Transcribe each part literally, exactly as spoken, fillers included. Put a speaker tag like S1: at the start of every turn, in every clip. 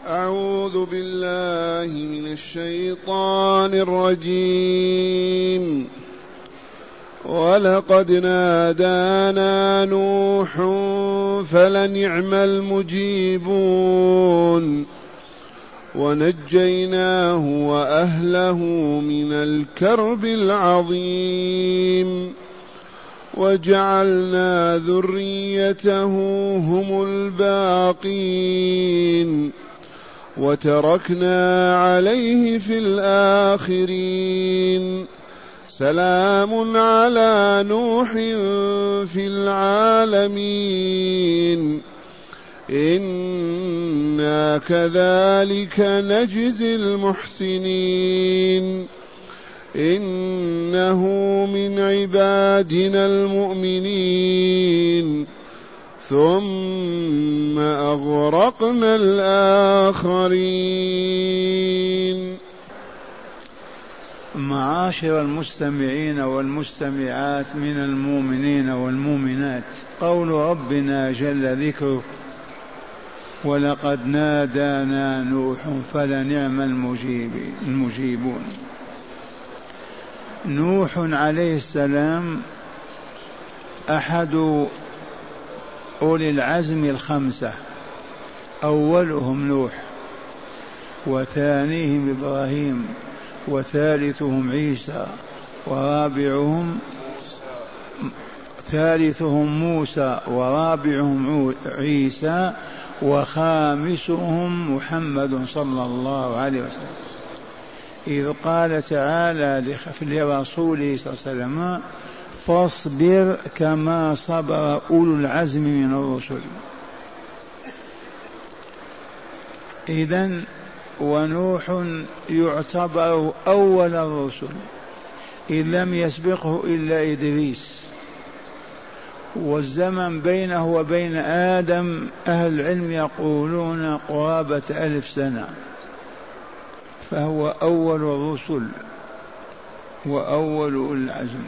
S1: أعوذ بالله من الشيطان الرجيم. ولقد نادانا نوح فلنعم المجيبون ونجيناه وأهله من الكرب العظيم وجعلنا ذريته هم الباقين وتركنا عليه في الآخرين. سلام على نوح في العالمين إنا كذلك نجزي المحسنين إنه من عبادنا المؤمنين ثم أغرقنا الآخرين.
S2: معاشر المستمعين والمستمعات من المؤمنين والمؤمنات، قول ربنا جل ذكره: ولقد نادانا نوح فلنعم المجيبون. نوح عليه السلام أحد أولي العزم الخمسة، أولهم نوح، وثانيهم إبراهيم، وثالثهم عيسى، ورابعهم ثالثهم موسى، ورابعهم عيسى، وخامسهم محمد صلى الله عليه وسلم. إذ قال تعالى لرسوله صلى الله عليه وسلم: فاصبر كما صبر أولو العزم من الرسل. إذن ونوح يعتبر أول الرسل، إذ لم يسبقه إلا إدريس، والزمن بينه وبين آدم أهل العلم يقولون قرابة ألف سنة، فهو أول الرسل وأول أولي العزم.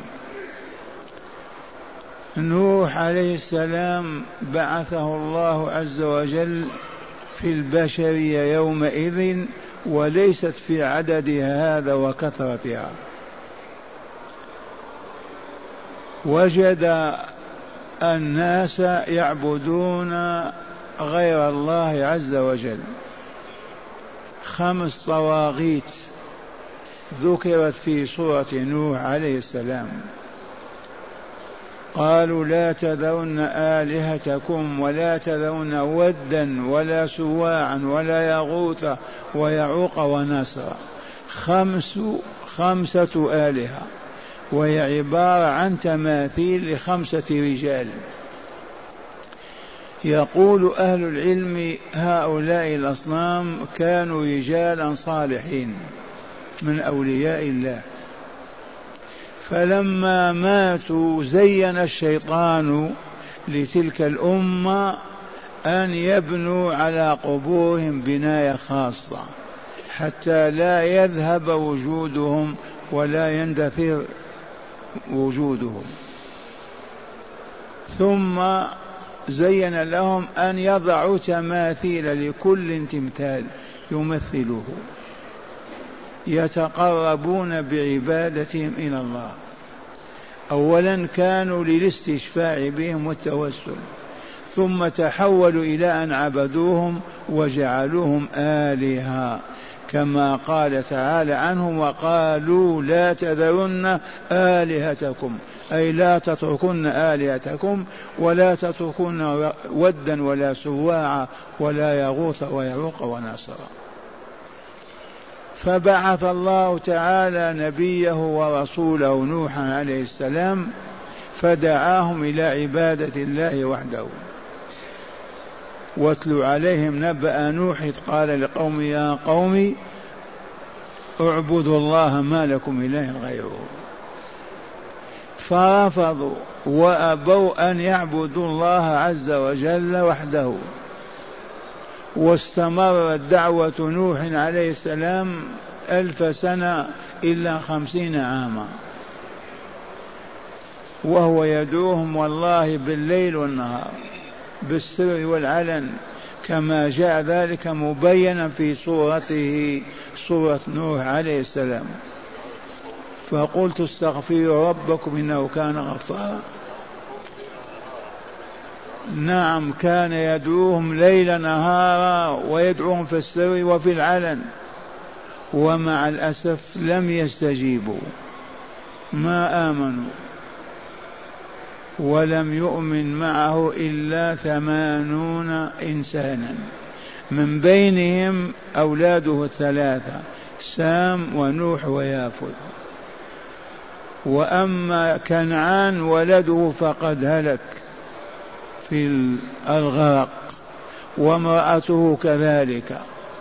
S2: نوح عليه السلام بعثه الله عز وجل في البشرية يومئذ، وليست في عددها هذا وكثرتها. وجد الناس يعبدون غير الله عز وجل، خمس طواغيت ذكرت في سورة نوح عليه السلام. قالوا: لا تذرن آلهتكم ولا تذرن ودا ولا سواعا ولا يغوث ويعوق ونسرا. خمس خمسة آلهة، وهي عبارة عن تماثيل لخمسة رجال. يقول أهل العلم: هؤلاء الأصنام كانوا رجالا صالحين من أولياء الله، فلما ماتوا زين الشيطان لتلك الأمة أن يبنوا على قبورهم بناية خاصة حتى لا يذهب وجودهم ولا يندثر وجودهم. ثم زين لهم أن يضعوا تماثيل لكل تمثال يمثله، يتقربون بعبادتهم إلى الله. أولا كانوا للاستشفاع بهم والتوسل، ثم تحولوا إلى أن عبدوهم وجعلوهم آلهة، كما قال تعالى عنهم: وقالوا لا تذرن آلهتكم، أي لا تتركن آلهتكم ولا تتركن ودا ولا سواعا ولا يغوث ويعوق ونسرا. فبعث الله تعالى نبيه ورسوله نوحا عليه السلام، فدعاهم إلى عبادة الله وحده. واتل عليهم نبأ نوح إذ قال لقوم: يا قوم اعبدوا الله ما لكم إله غيره. فرفضوا وأبوا أن يعبدوا الله عز وجل وحده، واستمرت دعوة نوح عليه السلام ألف سنة إلا خمسين عاما، وهو يدعوهم والله بالليل والنهار بالسر والعلن، كما جاء ذلك مبينا في سورته سورة نوح عليه السلام. فقلت استغفروا ربكم إنه كان غفارا. نعم كان يدعوهم ليل نهارا ويدعوهم في السر وفي العلن، ومع الأسف لم يستجيبوا، ما آمنوا، ولم يؤمن معه إلا ثمانون إنسانا، من بينهم أولاده الثلاثة سام ونوح ويافث. وأما كنعان ولده فقد هلك في الغرق، وامرأته كذلك.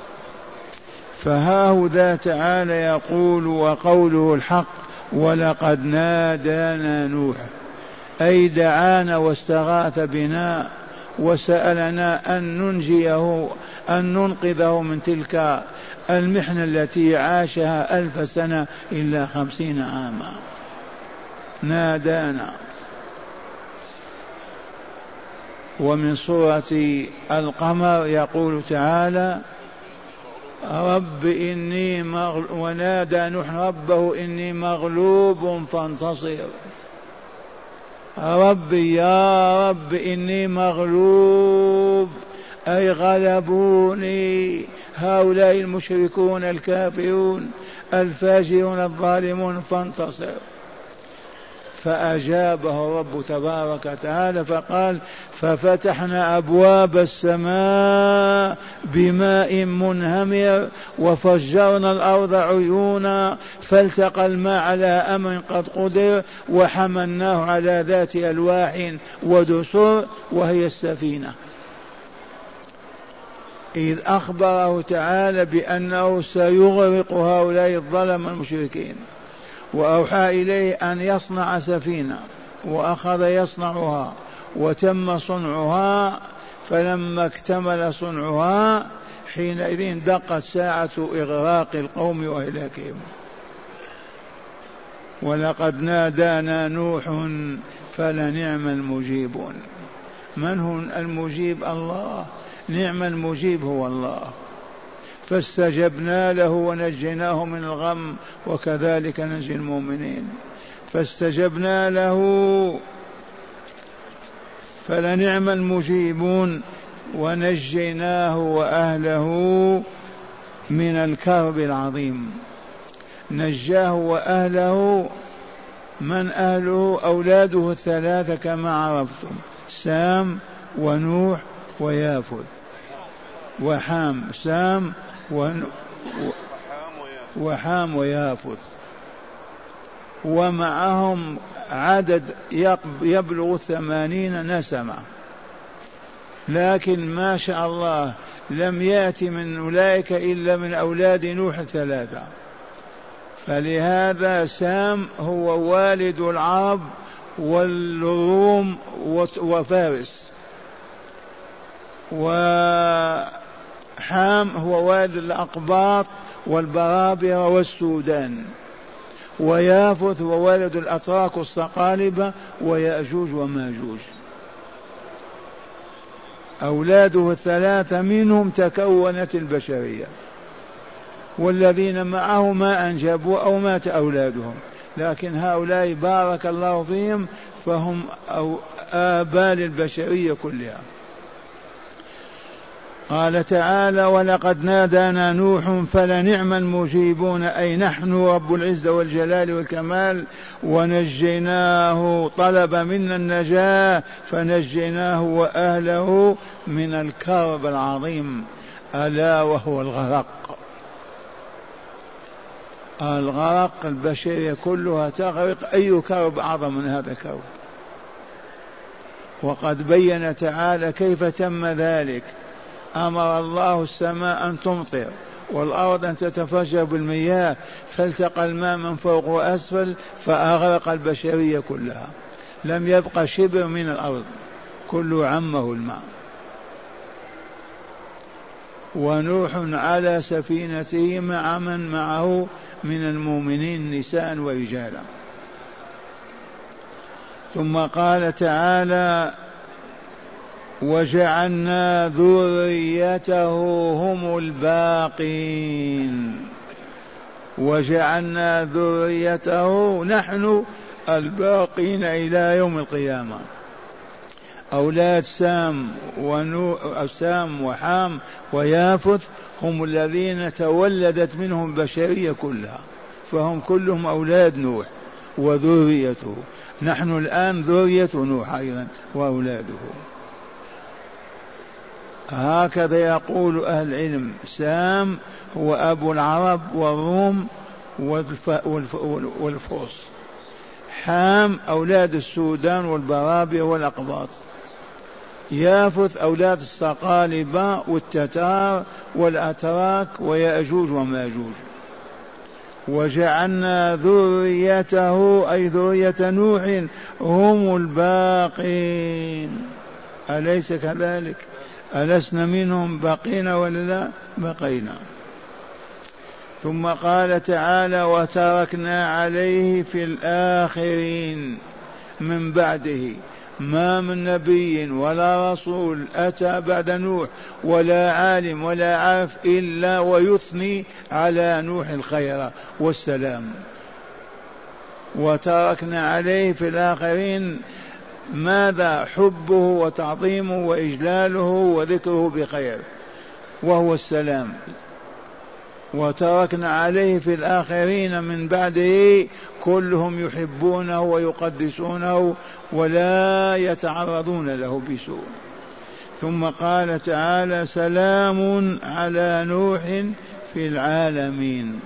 S2: فهاهذا تعالى يقول وقوله الحق: ولقد نادانا نوح، أي دعانا واستغاث بنا وسألنا أن ننجيه أن ننقذه من تلك المحنة التي عاشها ألف سنة إلا خمسين عاما. نادانا. ومن سورة القمر يقول تعالى: رب إني مغلوب، ونادى نوح ربه إني مغلوب فانتصر. ربي يا رب إني مغلوب، أي غلبوني هؤلاء المشركون الكافرون الفاجرون الظالمون فانتصر. فأجابه الرب تبارك وتعالى فقال: ففتحنا أبواب السماء بماء منهمر وفجرنا الأرض عيونا فالتقى الماء على أمر قد قدر وحملناه على ذات ألواح ودسر وهي السفينة. إذ أخبره تعالى بأنه سيغرق هؤلاء الظلم المشركين، وأوحى إليه أن يصنع سفينة، وأخذ يصنعها وتم صنعها. فلما اكتمل صنعها حينئذ دقت ساعة إغراق القوم وإهلاكهم. ولقد نادانا نوح فلنعم المجيبون. من هو المجيب؟ الله. نعم المجيب هو الله. فاستجبنا له ونجيناه من الغم وكذلك نجي المؤمنين. فاستجبنا له فلنعم المجيبون ونجيناه وأهله من الكرب العظيم. نجاه وأهله. من أهله؟ أولاده الثلاثة كما عرفتم: سام ونوح ويافث وحام. سام وحام ويافث، ومعهم عدد يبلغ ثمانين نسمة. لكن ما شاء الله لم يأتي من أولئك إلا من أولاد نوح الثلاثة. فلهذا سام هو والد العرب والروم وفارس، وحام هو والد الأقباط والبرابرة والسودان، ويافث هو والد الأتراك الصقالبة ويأجوج وماجوج. أولاده الثلاثة منهم تكونت البشرية، والذين معه ما أنجبوا أو مات أولادهم، لكن هؤلاء بارك الله فيهم فهم آباء البشرية كلها. قال تعالى: ولقد نادانا نوح فلنعم المجيبون، أي نحن رب العزة والجلال والكمال. ونجيناه، طلب منا النجاة فنجيناه وأهله من الكرب العظيم ألا وهو الغرق. الغرق البشرية كلها تغرق، أي كرب أعظم من هذا الكرب؟ وقد بين تعالى كيف تم ذلك. أمر الله السماء أن تمطر والأرض أن تتفجر بالمياه، فالتقى الماء من فوق وأسفل فأغرق البشرية كلها، لم يبقى شبر من الأرض، كل عمه الماء. ونوح على سفينته مع من معه من المؤمنين نساء ورجالا. ثم قال تعالى: وجعلنا ذريته هم الباقين، وجعلنا ذريته نحن الباقين إلى يوم القيامة. أولاد سام ونو سام وحام ويافث هم الذين تولدت منهم البشرية كلها، فهم كلهم أولاد نوح وذريته. نحن الآن ذرية نوح أيضا وأولاده. هكذا يقول أهل العلم. سام هو أبو العرب والروم والفرس. حام أولاد السودان والبرابية والأقباط. يافث أولاد الصقالبة والتتار والأتراك ويأجوج وماجوج. وجعلنا ذريته أي ذرية نوح هم الباقين. أليس كذلك؟ ألسنا منهم باقين ولا لا؟ بقينا. ثم قال تعالى وتركنا عليه في الآخرين من بعده. ما من نبي ولا رسول أتى بعد نوح ولا عالم ولا عارف إلا ويثني على نوح الخير والسلام. وتركنا عليه في الآخرين ماذا؟ حبه وتعظيمه وإجلاله وذكره بخير وهو السلام. وتركنا عليه في الآخرين من بعده كلهم يحبونه ويقدسونه ولا يتعرضون له بسوء. ثم قال تعالى سلام على نوح في العالمين.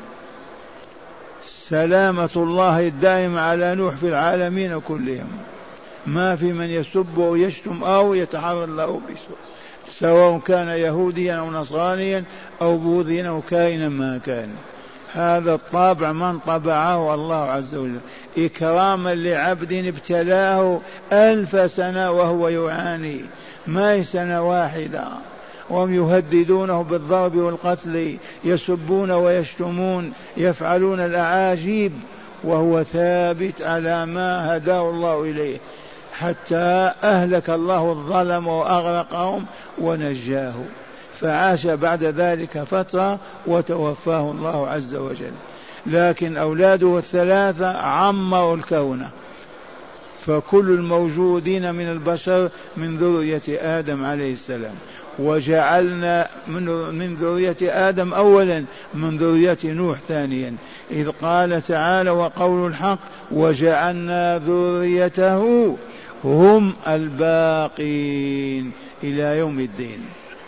S2: سلامة الله الدائمة على نوح في العالمين كلهم، ما في من يسب أو يشتم أو يتعرض له بسوء، سواء كان يهوديا أو نصرانيا أو بوذيا أو كائنا ما كان. هذا الطابع من طبعه الله عز وجل إكراما لعبد ابتلاه ألف سنة وهو يعاني، ما هي سنة واحدة، وهم يهددونه بالضرب والقتل، يسبون ويشتمون، يفعلون الأعاجيب، وهو ثابت على ما هداه الله إليه، حتى أهلك الله الظلم وأغرقهم ونجاه، فعاش بعد ذلك فترة وتوفاه الله عز وجل. لكن أولاده الثلاثة عمروا الكون، فكل الموجودين من البشر من ذرية آدم عليه السلام. وجعلنا من ذرية آدم أولا، من ذرية نوح ثانيا، إذ قال تعالى وقول الحق وجعلنا ذريته هم الباقين إلى يوم الدين.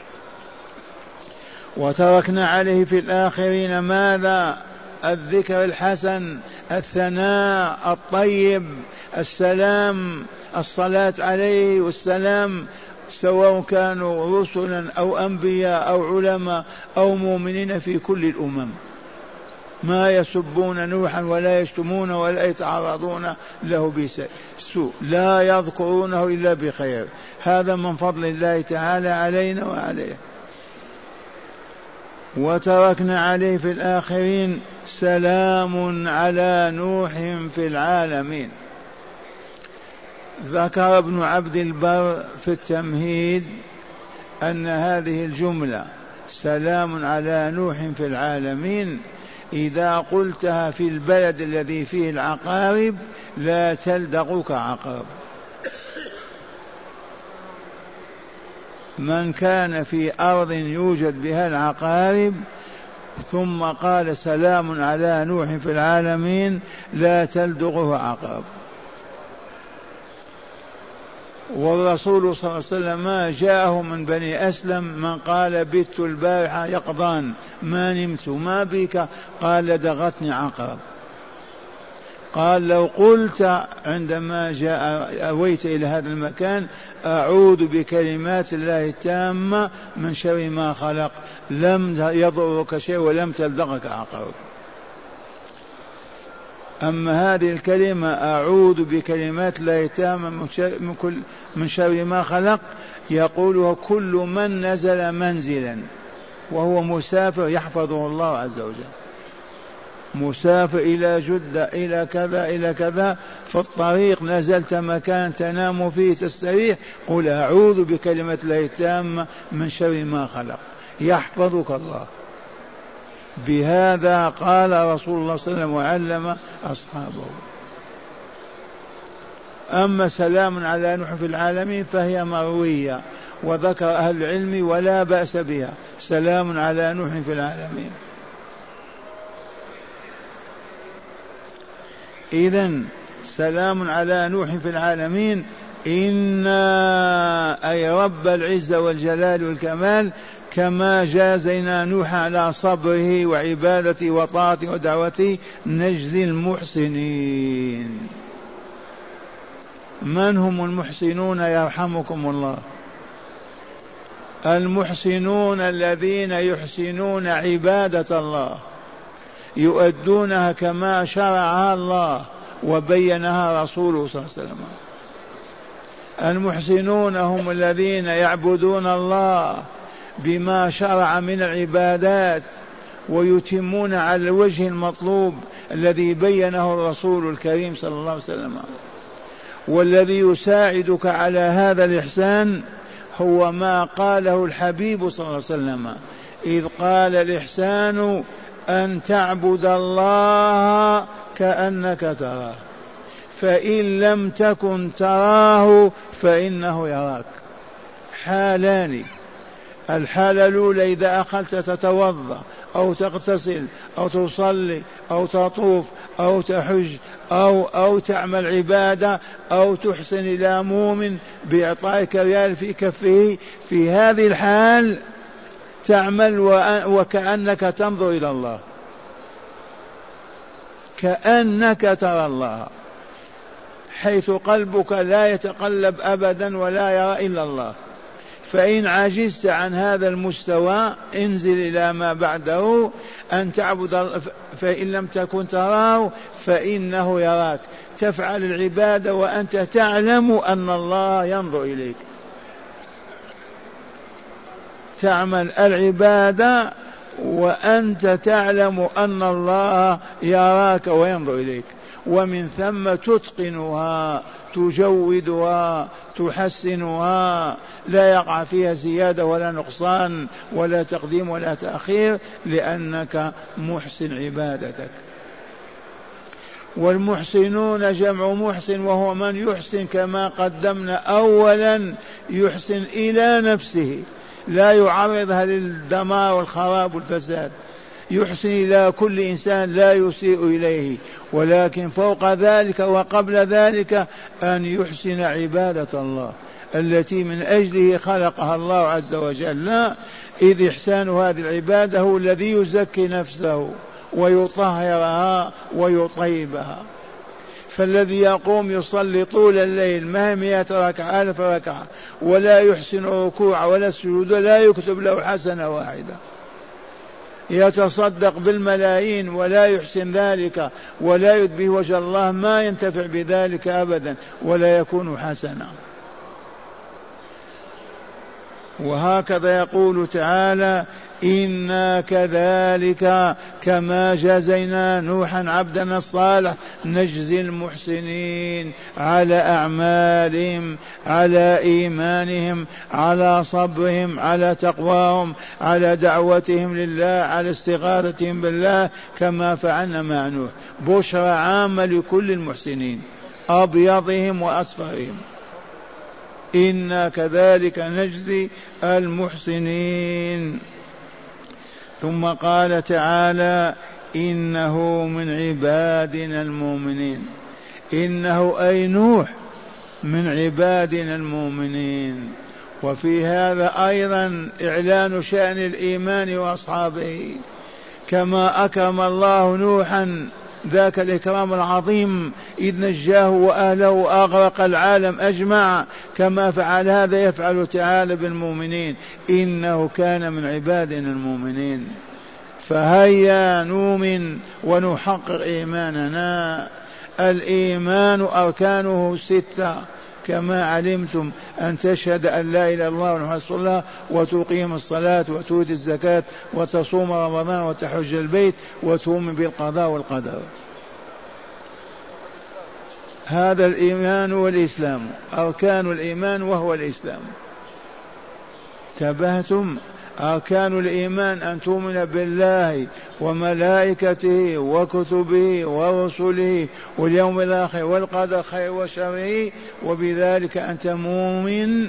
S2: وتركنا عليه في الآخرين ماذا؟ الذكر الحسن، الثناء الطيب، السلام، الصلاة عليه والسلام، سواء كانوا رسلا أو أنبياء أو علماء أو مؤمنين في كل الأمم، ما يسبون نوحا ولا يشتمون ولا يتعرضون له بسوء، لا يذكرونه إلا بخير. هذا من فضل الله تعالى علينا وعليه. وتركنا عليه في الآخرين سلام على نوح في العالمين. ذكر ابن عبد البر في التمهيد أن هذه الجملة سلام على نوح في العالمين إذا قلتها في البلد الذي فيه العقارب لا تلدغك عقرب. من كان في أرض يوجد بها العقارب ثم قال سلام على نوح في العالمين لا تلدغه عقرب. والرسول صلى الله عليه وسلم ما جاءه من بني أسلم من قال بت البارحة يقظان ما نمت ما بك، قال لدغتني عقرب. قال لو قلت عندما جاء أويت إلى هذا المكان أعوذ بكلمات الله التامة من شر ما خلق لم يضرك شيء ولم تلدغك عقرب. أما هذه الكلمة أعوذ بكلمات الله التامة من, كل من شر ما خلق يقولها كل من نزل منزلا وهو مسافر يحفظه الله عز وجل. مسافر إلى جدة إلى كذا إلى كذا، في الطريق نزلت مكان تنام فيه تستريح، قل أعوذ بكلمة الله التامة من شر ما خلق، يحفظك الله. بهذا قال رسول الله صلى الله عليه وسلم وعلم أصحابه. أما سلام على نوح في العالمين فهي مروية، وذكر أهل العلم ولا بأس بها، سلام على نوح في العالمين. إذن سلام على نوح في العالمين، إنا أي رب العزة والجلال والكمال كما جازينا نوح على صبره وعبادته وطاعته ودعوته نجزي المحسنين. من هم المحسنون يرحمكم الله؟ المحسنون الذين يحسنون عبادة الله، يؤدونها كما شرعها الله وبينها رسوله صلى الله عليه وسلم. المحسنون هم الذين يعبدون الله بما شرع من العبادات ويتمون على الوجه المطلوب الذي بينه الرسول الكريم صلى الله عليه وسلم. والذي يساعدك على هذا الإحسان هو ما قاله الحبيب صلى الله عليه وسلم، إذ قال الإحسان أن تعبد الله كأنك تراه فإن لم تكن تراه فإنه يراك. حالان، الحالة الأولى إذا أخلت تتوضأ أو تغتسل أو تصلي أو تطوف أو تحج أو أو تعمل عبادة أو تحسن إلى مؤمن بإعطائك ريال في كفه، في هذه الحال تعمل وكأنك تنظر إلى الله، كأنك ترى الله، حيث قلبك لا يتقلب أبدا ولا يرى إلا الله. فإن عجزت عن هذا المستوى انزل إلى ما بعده، أن تعبد، فإن لم تكن تراه فإنه يراك. تفعل العبادة وأنت تعلم أن الله ينظر إليك، تعمل العبادة وأنت تعلم أن الله يراك وينظر إليك، ومن ثم تتقنها تجودها تحسنها، لا يقع فيها زيادة ولا نقصان ولا تقديم ولا تأخير، لأنك محسن عبادتك. والمحسنون جمع محسن، وهو من يحسن كما قدمنا أولا، يحسن إلى نفسه، لا يعرضها للدمار والخراب والفساد، يحسن إلى كل إنسان لا يسيء إليه، ولكن فوق ذلك وقبل ذلك أن يحسن عبادة الله التي من أجله خلقها الله عز وجل، إذ إحسان هذه العبادة هو الذي يزكي نفسه ويطهرها ويطيبها. فالذي يقوم يصلي طول الليل مائة ركعة ألف ركعة ولا يحسن ركوع ولا السجود لا يكتب له حسنة واحدة، يتصدق بالملايين ولا يحسن ذلك ولا يدبه وجه الله، ما ينتفع بذلك أبدا ولا يكون حسنا. وهكذا يقول تعالى: إنا كذلك كما جزينا نوحا عبدنا الصالح نجزي المحسنين، على أعمالهم، على إيمانهم، على صبرهم، على تقواهم، على دعوتهم لله، على استغاثتهم بالله، كما فعلنا مع نوح. بشرى عامة لكل المحسنين، أبيضهم وأصفرهم. إنا كذلك نجزي المحسنين. ثم قال تعالى: إنه من عبادنا المؤمنين. إنه أي نوح من عبادنا المؤمنين. وفي هذا أيضا إعلان شأن الإيمان وأصحابه، كما أكرم الله نوحا ذاك الإكرام العظيم إذ نجاه وأهله أغرق العالم أجمع، كما فعل هذا يفعل تعالى بالمؤمنين. إنه كان من عبادنا المؤمنين. فهيا نؤمن ونحقق إيماننا. الإيمان أركانه ستة: كما علمتم أن تشهد أن لا إله إلا الله وأن محمدا رسول الله وتقيم الصلاة وتؤتي الزكاة وتصوم رمضان وتحج البيت وتؤمن بالقضاء والقدر. هذا الإيمان والإسلام، أركان الإيمان وهو الإسلام. تبهتم؟ أركان الإيمان أن تؤمن بالله وملائكته وكتبه ورسله واليوم الآخر والقدر خير وشره، وبذلك أنت مؤمن.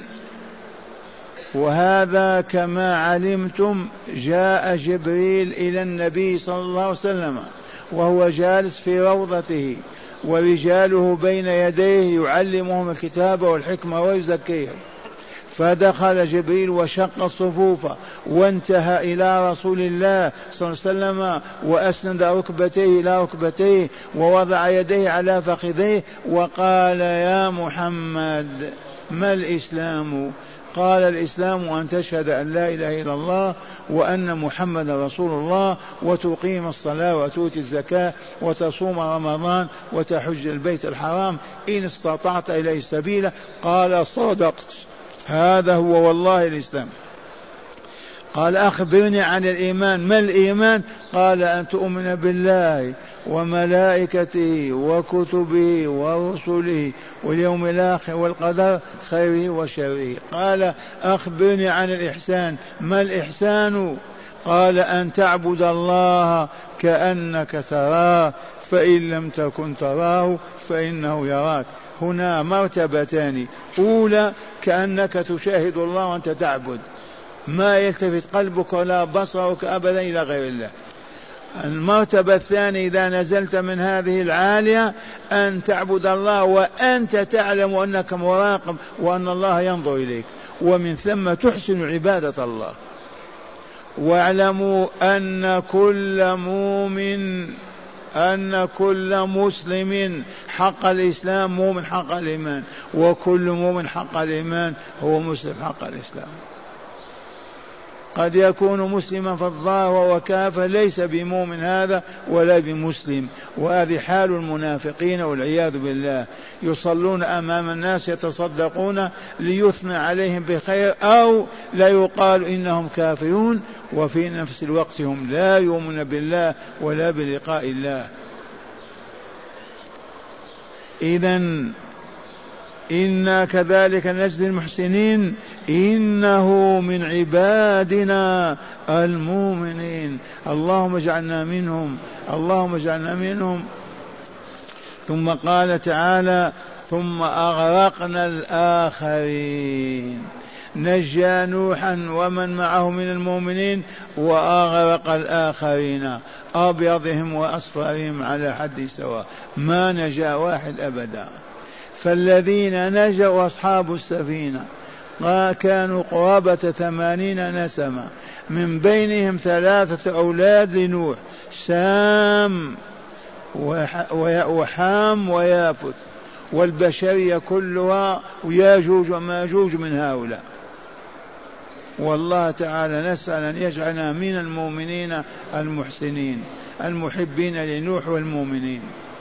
S2: وهذا كما علمتم جاء جبريل إلى النبي صلى الله عليه وسلم وهو جالس في روضته ورجاله بين يديه يعلمهم الكتاب والحكمة ويزكيهم، فدخل جبريل وشق الصفوف وانتهى إلى رسول الله صلى الله عليه وسلم وأسند ركبتيه إلى ركبتيه ووضع يديه على فخذيه وقال: يا محمد ما الإسلام؟ قال: الإسلام أن تشهد أن لا إله إلا الله وأن محمد رسول الله وتقيم الصلاة وتؤتي الزكاة وتصوم رمضان وتحج البيت الحرام إن استطعت إليه سبيلا. قال: صدقت، هذا هو والله الإسلام. قال: أخبرني عن الإيمان. ما الإيمان؟ قال: أن تؤمن بالله وملائكته وكتبه ورسله واليوم الآخر والقدر خيره وشره. قال: أخبرني عن الإحسان. ما الإحسان؟ قال: أن تعبد الله كأنك تراه فإن لم تكن تراه فإنه يراك. هنا مرتبتان: أولى كأنك تشاهد الله وأنت تعبد، ما يلتفت قلبك ولا بصرك أبدا إلى غير الله. المرتبة الثانية إذا نزلت من هذه العالية أن تعبد الله وأنت تعلم أنك مراقب وأن الله ينظر إليك، ومن ثم تحسن عبادة الله. واعلموا أن كل مؤمن أن كل مسلم حق الإسلام مؤمن حق الإيمان، وكل مؤمن حق الإيمان هو مسلم حق الإسلام. قد يكون مسلما في الظاهر وكافر ليس بمؤمن هذا ولا بمسلم، وهذه حال المنافقين والعياذ بالله. يصلون أمام الناس يتصدقون ليثنى عليهم بخير أو لا يقال إنهم كافرون، وفي نفس الوقت هم لا يؤمنون بالله ولا بلقاء الله. إذن إنا كذلك نجزي المحسنين إنه من عبادنا المؤمنين. اللهم اجعلنا منهم، اللهم اجعلنا منهم. ثم قال تعالى: ثم أغرقنا الآخرين. نجى نوحا ومن معه من المؤمنين وأغرق الآخرين، أبيضهم وأصفرهم على حد سواء، ما نجا واحد أبدا. فالذين نجوا أصحاب السفينة كانوا قرابة ثمانين نسمة، من بينهم ثلاثة أولاد لنوح، سام وحام ويافث، والبشرية كلها وياجوج وماجوج من هؤلاء. والله تعالى نسأل أن يجعلنا من المؤمنين المحسنين المحبين لنوح والمؤمنين.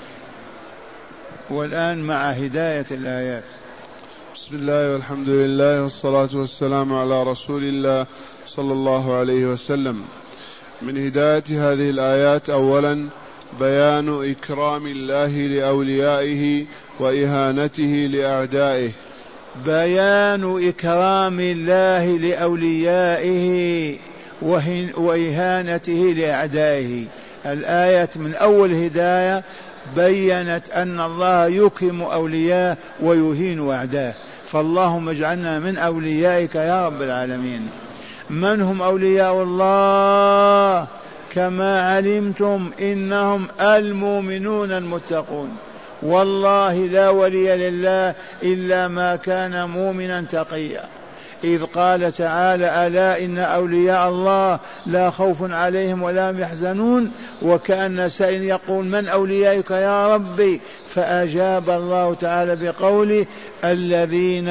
S2: والآن مع هداية الآيات.
S1: بسم الله والحمد لله والصلاة والسلام على رسول الله صلى الله عليه وسلم. من هداية هذه الآيات: أولا بيان إكرام الله لأوليائه وإهانته لأعدائه.
S2: بيان إكرام الله لأوليائه وإهانته لأعدائه. الآية من أول هداية بيّنت أن الله يكرم أولياءه ويهين أعداءه، فاللهم اجعلنا من أوليائك يا رب العالمين. من هم أولياء الله؟ كما علمتم إنهم المؤمنون المتقون. والله لا ولي لله إلا ما كان مؤمنا تقيا، إذ قال تعالى: ألا إن أولياء الله لا خوف عليهم ولا هم يحزنون. وكأن سائل يقول: من أوليائك يا ربي؟ فأجاب الله تعالى بقوله: الذين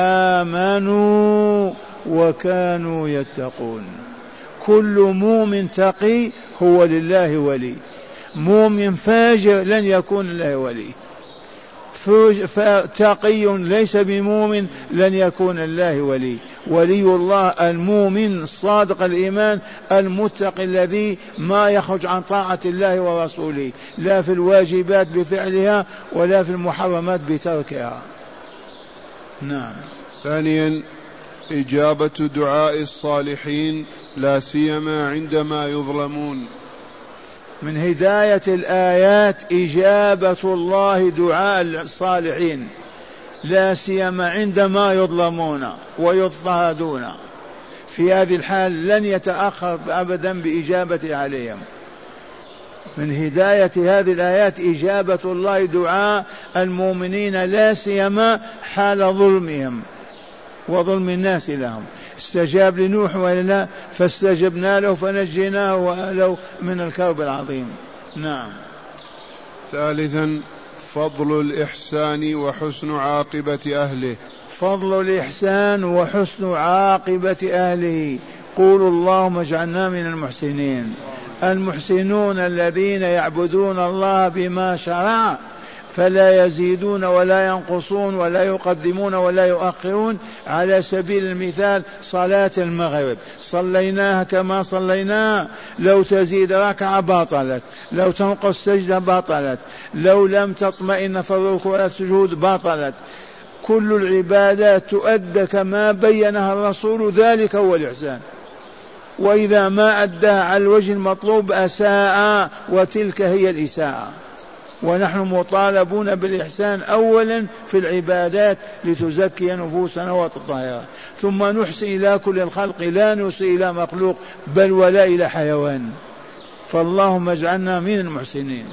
S2: آمنوا وكانوا يتقون. كل مؤمن تقي هو لله ولي، مؤمن فاجر لن يكون له ولي. فتقي ليس بمؤمن لن يكون الله ولي. ولي الله المؤمن الصادق الإيمان المتقي الذي ما يخرج عن طاعة الله ورسوله، لا في الواجبات بفعلها ولا في المحرمات بتركها. نعم.
S1: ثانيا إجابة دعاء الصالحين لا سيما عندما يظلمون.
S2: من هداية الآيات إجابة الله دعاء الصالحين لا سيما عندما يظلمون ويضطهدون، في هذه الحال لن يتأخر أبدا بإجابة عليهم. من هداية هذه الآيات إجابة الله دعاء المؤمنين لا سيما حال ظلمهم وظلم الناس لهم. استجاب لنوح وإلا فاستجبنا له فنجيناه وأهله من الكرب العظيم. نعم.
S1: ثالثا فضل الإحسان وحسن عاقبة أهله.
S2: فضل الإحسان وحسن عاقبة أهله. قولوا اللهم اجعلنا من المحسنين. المحسنون الذين يعبدون الله بما شرع فلا يزيدون ولا ينقصون ولا يقدمون ولا يؤخرون. على سبيل المثال صلاة المغرب صليناها كما صليناها، لو تزيد ركعة باطلت، لو تنقص سجدة باطلت، لو لم تطمئن في الركوع والسجود باطلت. كل العبادات تؤدى كما بينها الرسول، ذلك هو الإحسان. وإذا ما أداها على الوجه المطلوب أساء، وتلك هي الإساءة. ونحن مطالبون بالإحسان أولا في العبادات لتزكي نفوسنا وتطهرها، ثم نحسن إلى كل الخلق، لا نسيء إلى مخلوق بل ولا إلى حيوان. فاللهم اجعلنا من المحسنين.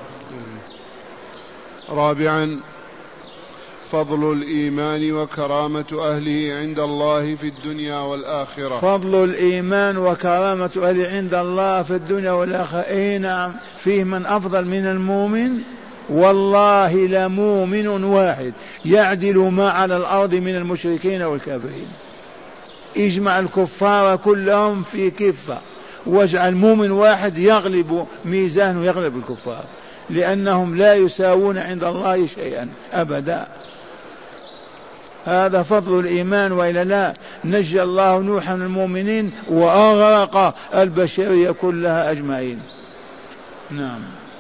S1: رابعا فضل الإيمان وكرامة أهله عند الله في الدنيا والآخرة.
S2: فضل الإيمان وكرامة أهله عند الله في الدنيا والآخرة. إيه نعم، فيه من أفضل من المؤمن. والله لمؤمن واحد يعدل ما على الأرض من المشركين والكافرين. اجمع الكفار كلهم في كفة واجعل مؤمن واحد يغلب ميزانه، يغلب الكفار، لأنهم لا يساوون عند الله شيئا أبدا. هذا فضل الإيمان. وإلا لا، نجى الله نوحا من المؤمنين وأغرق البشرية كلها أجمعين. نعم.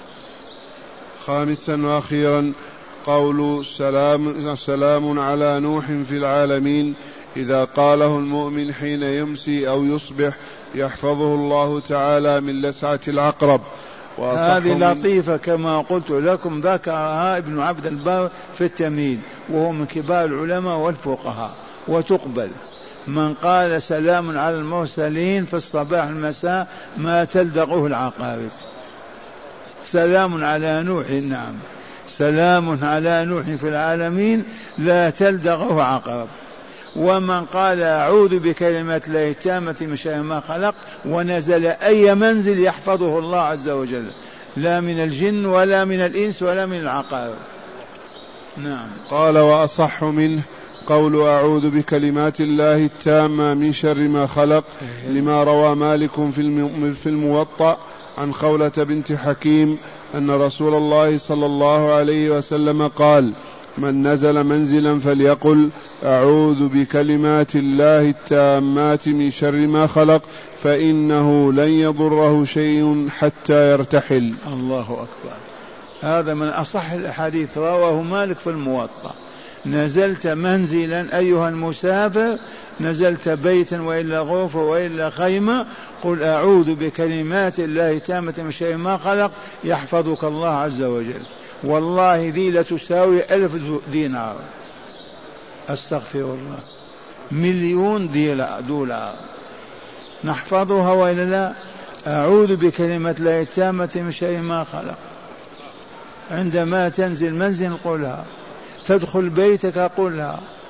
S1: خامسا وأخيرا قول سلام, سلام على نوح في العالمين إذا قاله المؤمن حين يمسي أو يصبح يحفظه الله تعالى من لسعة العقرب.
S2: هذه لطيفة كما قلت لكم، ذكرها ابن عبد البر في التمهيد، وهو من كبار العلماء والفقهاء، وتقبل. من قال سلام على المرسلين في الصباح المساء ما تلدغه العقارب. سلام على نوح، نعم، سلام على نوح في العالمين لا تلدغه عقرب. ومن قال أعوذ بكلمات الله التامة من شر ما خلق ونزل أي منزل يحفظه الله عز وجل، لا من الجن ولا من الإنس ولا من العقارب. نعم.
S1: قال وأصح منه قول أعوذ بكلمات الله التامة من شر ما خلق، لما روى مالك في الموطأ عن خولة بنت حكيم أن رسول الله صلى الله عليه وسلم قال: من نزل منزلا فليقل أعوذ بكلمات الله التامات من شر ما خلق، فإنه لن يضره شيء حتى يرتحل.
S2: الله أكبر. هذا من أصح الأحاديث، رواه مالك في الموطأ. نزلت منزلا أيها المسافر، نزلت بيتا وإلا غرفة وإلا خيمة، قل أعوذ بكلمات الله التامة من شر ما خلق يحفظك الله عز وجل. والله ذي لتساوي ألف دينار، أستغفر الله، مليون دولار نحفظها وإلا لا. أعوذ بكلمات الله التامة من شر ما خلق. عندما تنزل منزل قلها، تدخل بيتك قلها،